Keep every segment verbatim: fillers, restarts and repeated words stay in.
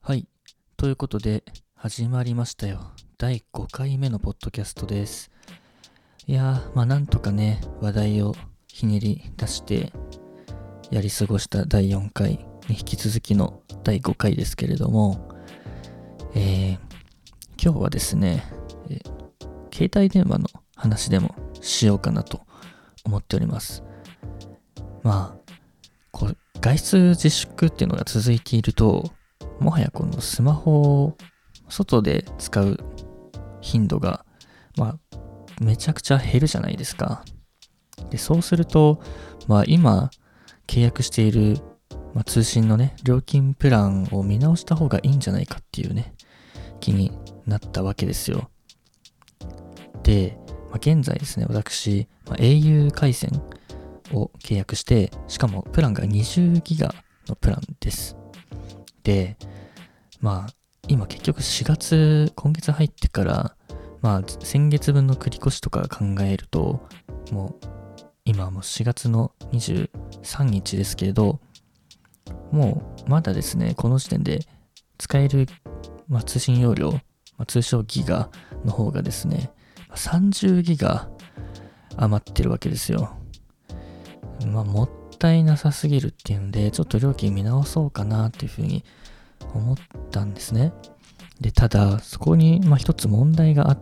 はい。ということで、始まりましたよ。だいごかいめのポッドキャストです。いやー、まあなんとかね、話題をひねり出してやり過ごしただいよんかいに引き続きのだいごかいですけれども、えー、今日はですね、えー携帯電話の話でもしようかなと思っております。まあ、こう外出自粛っていうのが続いていると、もはやこのスマホを外で使う頻度が、まあ、めちゃくちゃ減るじゃないですか。で、そうすると、まあ今契約している、まあ、通信のね、料金プランを見直した方がいいんじゃないかっていうね、気になったわけですよ。で、まあ、現在ですね、私、まあ、au 回線を契約して、しかもプランがにじゅうギガのプランです。で、まあ、今結局しがつ、今月入ってから、まあ、先月分の繰り越しとか考えると、もう、今はもうしがつのにじゅうさんにちですけれど、もう、まだですね、この時点で使える、まあ、通信容量、まあ、通称ギガの方がですね、さんじゅうギガ余ってるわけですよ。まあ、もったいなさすぎるっていうので、ちょっと料金見直そうかなっていうふうに思ったんですね。で、ただ、そこに、まあ、一つ問題があって、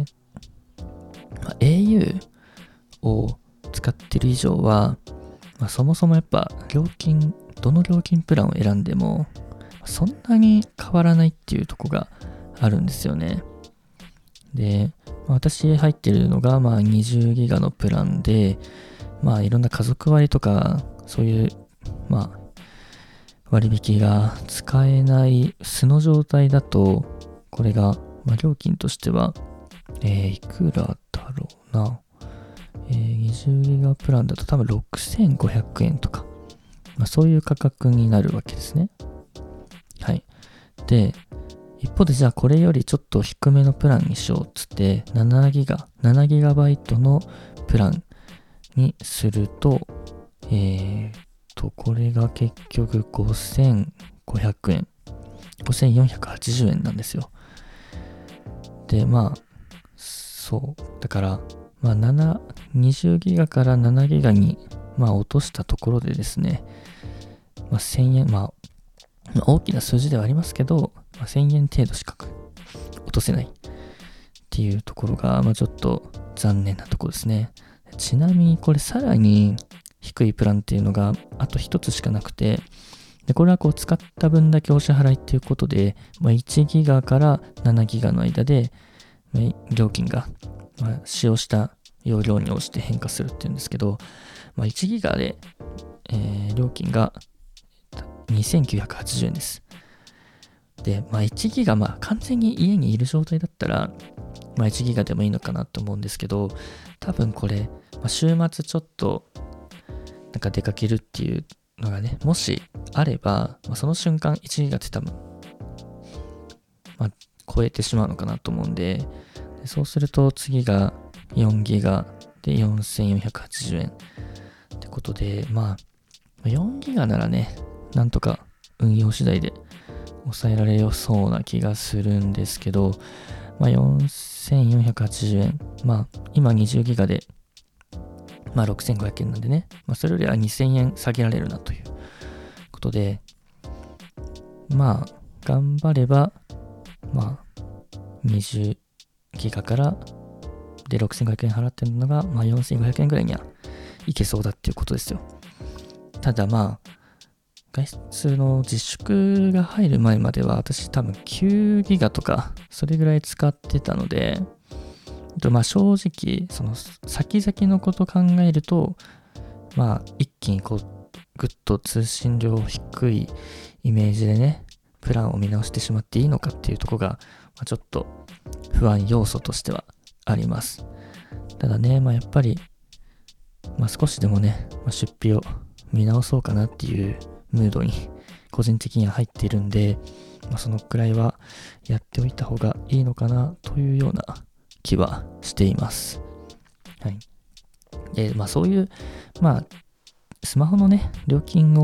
まあ、au を使ってる以上は、まあ、そもそもやっぱ料金、どの料金プランを選んでも、そんなに変わらないっていうとこがあるんですよね。で、まあ、私入ってるのがまあにじゅうギガのプランで、まあいろんな家族割とか、そういう、まあ割引が使えない素の状態だと、これが、まあ、料金としては、えー、いくらだろうな。えー、にじゅうギガプランだと多分ろくせんごひゃくえんとか、まあ、そういう価格になるわけですね。はい。で、一方でじゃあこれよりちょっと低めのプランにしようっつってななギガ、ななギガバイトのプランにすると、えーと、これが結局ごせんごひゃくえん、ごせんよんひゃくはちじゅうえんなんですよ。で、まあ、そう。だから、まあ、なな、にじゅうギガからななギガに、まあ、落としたところでですね、まあ、せんえん、まあ、大きな数字ではありますけど、まあ、せんえん程度しか落とせないっていうところが、まあ、ちょっと残念なところですね。ちなみに、これさらに低いプランっていうのがあと一つしかなくて、で、これはこう使った分だけお支払いっていうことで、まあ、いちギガからななギガの間で、まあ、料金が、まあ、使用した容量に応じて変化するっていうんですけど、まあ、いちギガで、えー、料金がにせんきゅうひゃくはちじゅうえんです。で、まあ、いちギガ、まあ、完全に家にいる状態だったら、まあ、いちギガでもいいのかなと思うんですけど、多分これ、まあ、週末ちょっと、なんか出かけるっていうのがね、もしあれば、まあ、その瞬間いちギガって多分、まあ、超えてしまうのかなと思うんで、でそうすると次がよんギガでよんせんよんひゃくはちじゅうえんってことで、まあ、よんギガならね、なんとか運用次第で抑えられよそうな気がするんですけど、まあ、よんせんよんひゃくはちじゅうえん、まあ、今にじゅうギガで、まあ、ろくせんごひゃくえんなんでね、まあ、それよりはにせんえん下げられるなということで、まあ、頑張れば、まあ、にじゅうギガからでろくせんごひゃくえん払ってるのが、まあ、よんせんごひゃくえんぐらいにはいけそうだっていうことですよ。ただまあ、外出の自粛が入る前までは私多分きゅうギガとかそれぐらい使ってたので、まあ正直その先々のこと考えると、まあ一気にこうぐっと通信量低いイメージでね、プランを見直してしまっていいのかっていうところが、まあ、ちょっと不安要素としてはあります。ただね、まあやっぱり、まあ少しでもね、まあ、出費を見直そうかなっていうムードに個人的には入っているんで、まあ、そのくらいはやっておいた方がいいのかなというような気はしています。はい。で、まあそういう、まあスマホのね、料金を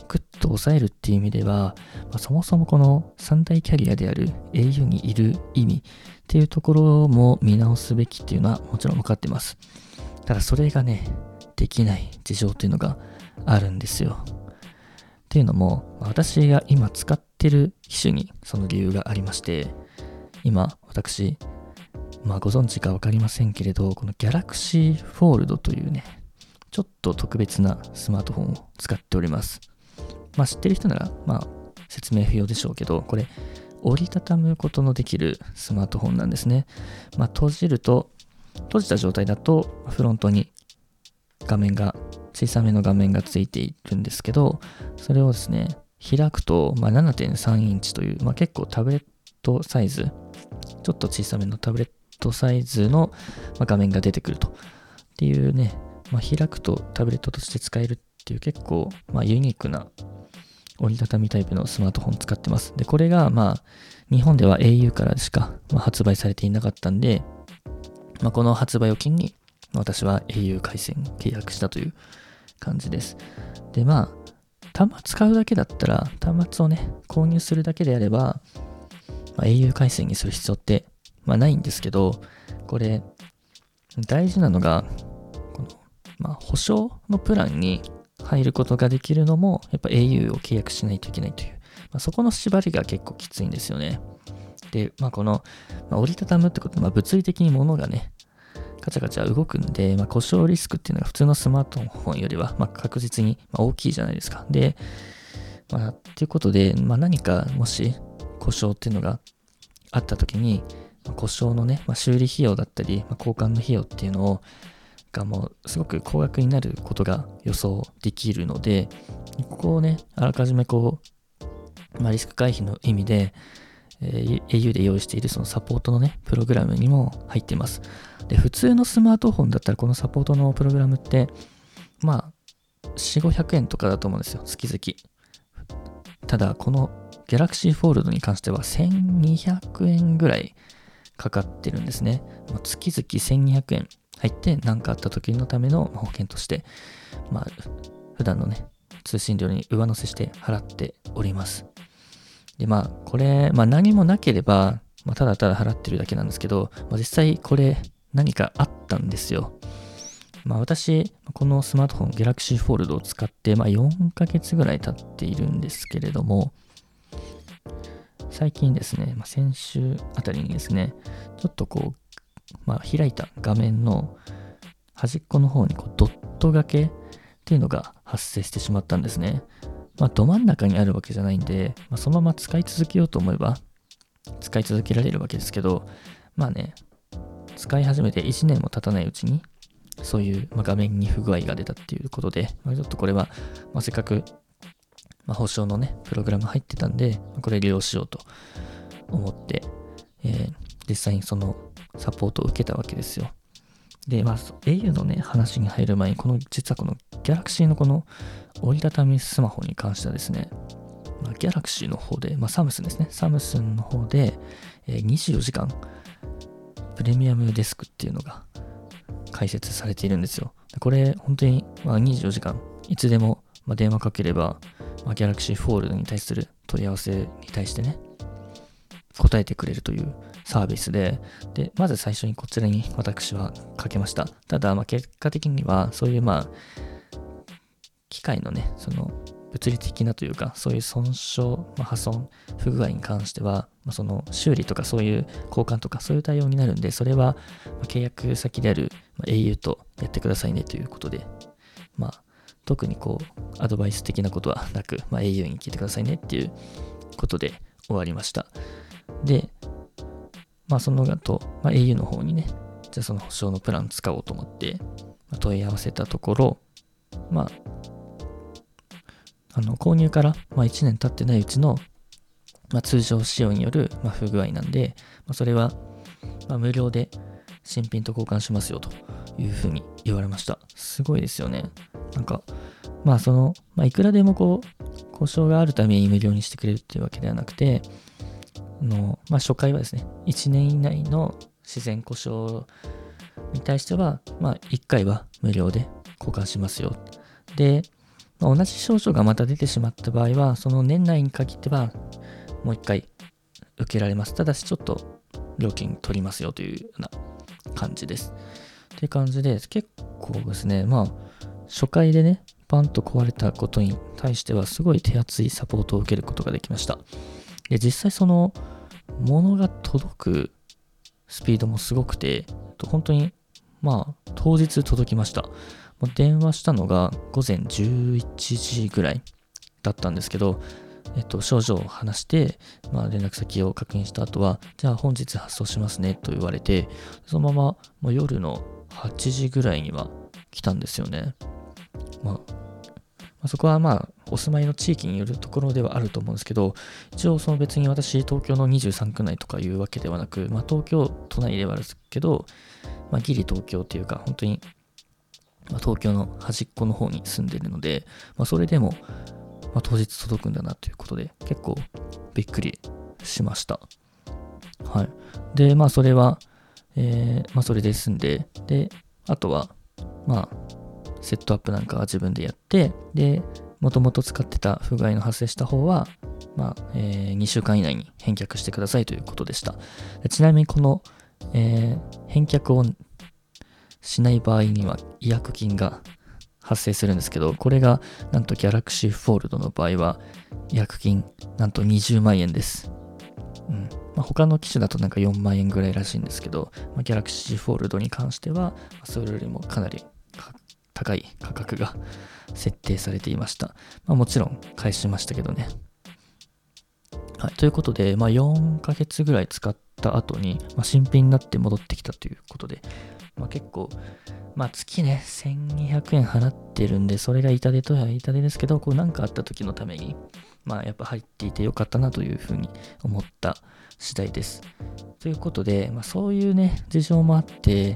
グッと抑えるっていう意味では、まあ、そもそもこの三大キャリアである エーユー にいる意味っていうところも見直すべきっていうのはもちろん分かってます。ただそれがね、できない事情っていうのがあるんですよ。っていうのも、私が今使ってる機種にその理由がありまして、今私、まあご存知か分かりませんけれど、この Galaxy Fold というね、ちょっと特別なスマートフォンを使っております。まあ知ってる人なら、まあ説明不要でしょうけど、これ折りたたむことのできるスマートフォンなんですね。まあ閉じると、閉じた状態だとフロントに画面が、小さめの画面がついているんですけど、それをですね、開くと、まあ、ななてんさんインチという、まあ、結構タブレットサイズ、ちょっと小さめのタブレットサイズの画面が出てくると。っていうね、まあ、開くとタブレットとして使えるっていう結構、まあ、ユニークな折りたたみタイプのスマートフォン使ってます。で、これがまあ、日本では エーユー からしか、まあ、発売されていなかったんで、まあ、この発売を機に、私は エーユー 回線契約したという感じです。で、まあ、端末使うだけだったら、端末をね、購入するだけであれば、まあ、エーユー 回線にする必要って、まあ、ないんですけど、これ、大事なのが、この、まあ、保証のプランに入ることができるのも、やっぱ エーユー を契約しないといけないという、まあ、そこの縛りが結構きついんですよね。で、まあ、この、まあ、折りたたむってこと、まあ、物理的に物がね、カチャカチャ動くんで、まあ、故障リスクっていうのが普通のスマートフォンよりは、まあ、確実に大きいじゃないですか。で、まあ、っていうことで、まあ、何かもし故障っていうのがあった時に、まあ、故障のね、まあ、修理費用だったり、まあ、交換の費用っていうのをがもうすごく高額になることが予想できるので、ここをね、あらかじめこう、まあ、リスク回避の意味で、えー、エーユー で用意しているそのサポートのね、プログラムにも入っています。で、普通のスマートフォンだったらこのサポートのプログラムって、まあ、よんひゃく、ごひゃくえんとかだと思うんですよ、月々。ただ、この Galaxy Fold に関してはせんにひゃくえんぐらいかかってるんですね。まあ、月々せんにひゃくえん入って何かあった時のための保険として、まあ、普段のね、通信料に上乗せして払っております。で、まあ、これ、まあ何もなければ、まあ、ただただ払ってるだけなんですけど、まあ、実際これ何かあったんですよ。まあ私、このスマートフォン Galaxy Fold を使って、まあよんかげつぐらい経っているんですけれども、最近ですね、まあ、先週あたりにですね、ちょっとこう、まあ開いた画面の端っこの方にこうドット掛けっていうのが発生してしまったんですね。まあど真ん中にあるわけじゃないんで、まあ、そのまま使い続けようと思えば使い続けられるわけですけど、まあね、使い始めていちねんも経たないうちに、そういう、まあ、画面に不具合が出たっていうことで、まあ、ちょっとこれは、まあ、せっかく、まあ、保証のね、プログラム入ってたんで、これ利用しようと思って、えー、実際にそのサポートを受けたわけですよ。で、まあ、エーユー のね、話に入る前に、この、実はこの Galaxy のこの折りたたみスマホに関してはですね、まあ、Galaxy の方で、まあ、サムスンですね。サムスンの方で、えー、にじゅうよじかんプレミアムデスクっていうのが開設されているんですよ。これ、本当に、まあ、にじゅうよじかん、いつでも、まあ、電話かければ、まあ、Galaxy Fold に対する問い合わせに対してね、答えてくれるというサービスで、で、まず最初にこちらに私はかけました。ただ、まあ、結果的には、そういう、まあ、機械のね、その、物理的なというか、そういう損傷、まあ、破損、不具合に関しては、まあ、その修理とかそういう交換とかそういう対応になるんで、それは契約先である エーユー とやってくださいねということで、まあ、特にこう、アドバイス的なことはなく、まあ、エーユー に聞いてくださいねっていうことで終わりました。で、まあ、その後、まあ、エーユー の方にね、じゃあその保証のプラン使おうと思って、まあ、問い合わせたところ、まあ、あの購入から、まあ、いちねん経ってないうちの、まあ、通常使用による、まあ、不具合なんで、まあ、それは、まあ、無料で新品と交換しますよというふうに言われました。すごいですよね。なんか、まあその、まあ、いくらでもこう、故障があるために無料にしてくれるっていうわけではなくて、あのまあ、初回はですね、いちねん以内の自然故障に対しては、まあ、いっかいは無料で交換しますよ。で、 まあ、同じ症状がまた出てしまった場合は、その年内に限ってはもう一回受けられます。ただしちょっと料金取りますよというような感じです。っていう感じで、結構ですね、まあ初回でね、パンと壊れたことに対してはすごい手厚いサポートを受けることができました。で、実際その物が届くスピードもすごくて、本当にまあ当日届きました。もう電話したのが午前じゅういちじぐらいだったんですけど、えっと、症状を話して、まあ、連絡先を確認した後は、じゃあ本日発送しますねと言われて、そのままもう夜のはちじぐらいには来たんですよね。まあ、まあ、そこはまあ、お住まいの地域によるところではあると思うんですけど、一応その別に私、東京のにじゅうさんく内とかいうわけではなく、まあ、東京都内ではあるんですけど、まあ、ギリ東京っていうか、本当に、まあ、東京の端っこの方に住んでるので、まあ、それでも、まあ、当日届くんだなということで、結構びっくりしました。はい。で、まあ、それは、えー、まあ、それで済んで、で、あとは、まあ、セットアップなんかは自分でやって、で、もともと使ってた不具合の発生した方は、まあ、えー、にしゅうかん以内に返却してくださいということでした。ちなみにこの、えー、返却をしない場合には違約金が発生するんですけど、これがなんと Galaxy Fold の場合は違約金なんとにじゅうまんえんです。うんまあ、他の機種だとなんかよんまんえんぐらいらしいんですけど、まあ、Galaxy Fold に関してはそれよりもかなり高い価格が設定されていました。まあ、もちろん返しましたけどね。はい、ということで、まあ、よんかげつぐらい使った後に、まあ、新品になって戻ってきたということで、まあ、結構、まあ、月ね、せんにひゃくえん払ってるんで、それが痛手とは痛手ですけど、こうなんかあった時のために、まあ、やっぱ入っていてよかったなというふうに思った次第です。ということで、まあ、そういうね、事情もあって、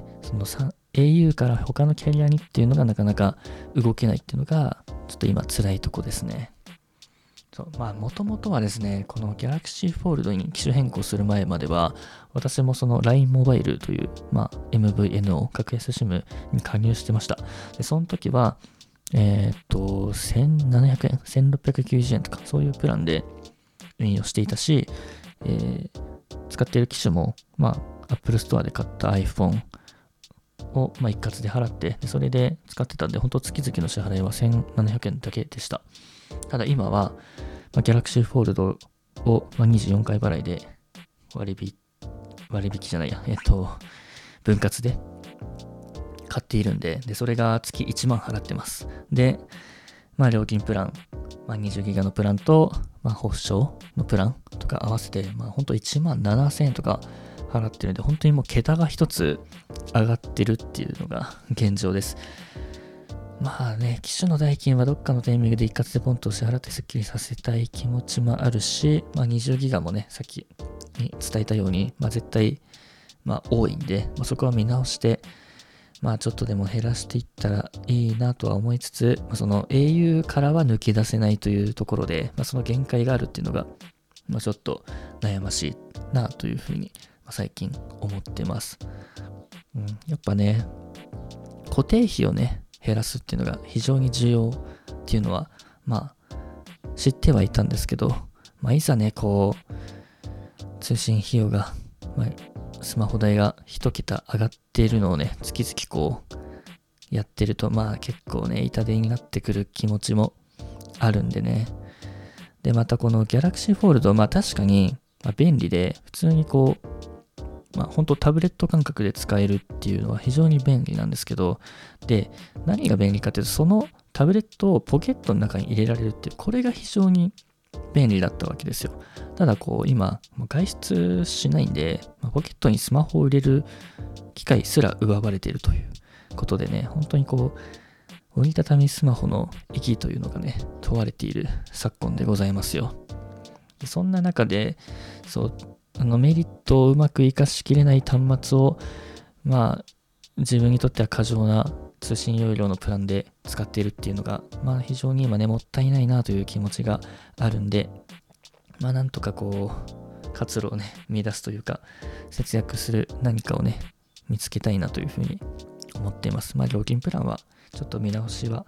その エーユー から他のキャリアにっていうのがなかなか動けないっていうのが、ちょっと今辛いとこですね。そうまあ、もともとはですね、この Galaxy Fold に機種変更する前までは、私もその ライン モバイルという、まあ、エムブイエヌオー、格安 SIM に加入してました。で、その時は、えー、っと、せんななひゃくえん、せんろっぴゃくきゅうじゅうえんとか、そういうプランで運用していたし、えー、使っている機種も、まあ、Apple Store で買った iPhone を、まあ、一括で払って、でそれで使ってたんで、本当月々の支払いはせんななひゃくえんだけでした。ただ今は、まあ、Galaxy Fold を、まあ、にじゅうよんかい払いで割引、割引じゃないや、えっと、分割で買っているんで、で、それが月いちまん払ってます。で、まあ、料金プラン、まあ、にじゅうギガのプランと、まあ、保証のプランとか合わせて、まあ、ほんといちまんななせんえんとか払ってるんで、本当にもう桁が一つ上がってるっていうのが現状です。まあね、機種の代金はどっかのタイミングで一括でポンと支払ってスッキリさせたい気持ちもあるし、まあにじゅうギガもね、さっきに伝えたように、まあ絶対、まあ多いんで、まあ、そこは見直して、まあちょっとでも減らしていったらいいなとは思いつつ、まあ、その エーユー からは抜け出せないというところで、まあその限界があるっていうのが、まあちょっと悩ましいなというふうに、まあ、最近思ってます。うん、やっぱね、固定費をね、減らすっていうのが非常に重要っていうのは、まあ、知ってはいたんですけど、まあ、いざね、こう、通信費用が、まあ、スマホ代が一桁上がっているのをね、月々こう、やってると、まあ結構ね、痛手になってくる気持ちもあるんでね。で、またこの Galaxy Fold、まあ確かに、まあ、便利で、普通にこう、まあ本当タブレット感覚で使えるっていうのは非常に便利なんですけど、で、何が便利かというと、そのタブレットをポケットの中に入れられるっていう、これが非常に便利だったわけですよ。ただこう今、外出しないんで、まあ、ポケットにスマホを入れる機会すら奪われているということでね、本当にこう、折りたたみスマホの意義というのがね、問われている昨今でございますよ。でそんな中で、そう、あのメリットをうまく活かしきれない端末を、まあ、自分にとっては過剰な通信容量のプランで使っているっていうのが、まあ非常に今ね、もったいないなという気持ちがあるんで、まあなんとかこう、活路をね、見出すというか、節約する何かをね、見つけたいなというふうに思っています。まあ料金プランはちょっと見直しは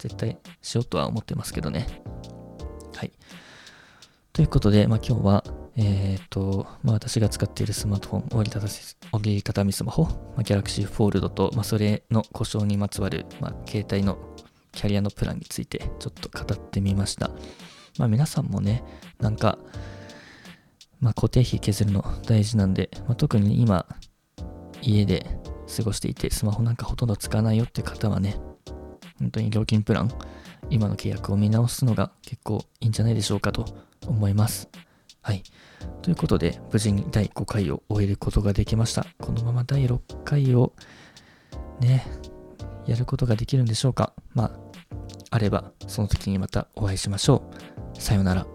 絶対しようとは思ってますけどね。はい。ということで、まあ、今日は、えっと、まあ、私が使っているスマートフォン、折りたたし折りたたみスマホ、まあ、Galaxy Fold と、まあ、それの故障にまつわる、まあ、携帯のキャリアのプランについてちょっと語ってみました。まあ、皆さんもね、なんか、まあ、固定費削るの大事なんで、まあ、特に今、家で過ごしていて、スマホなんかほとんど使わないよって方はね、本当に料金プラン、今の契約を見直すのが結構いいんじゃないでしょうかと思います。はい。ということで、無事にだいごかいを終えることができました。このままだいろっかいをね、やることができるんでしょうか。まあ、あれば、その時にまたお会いしましょう。さようなら。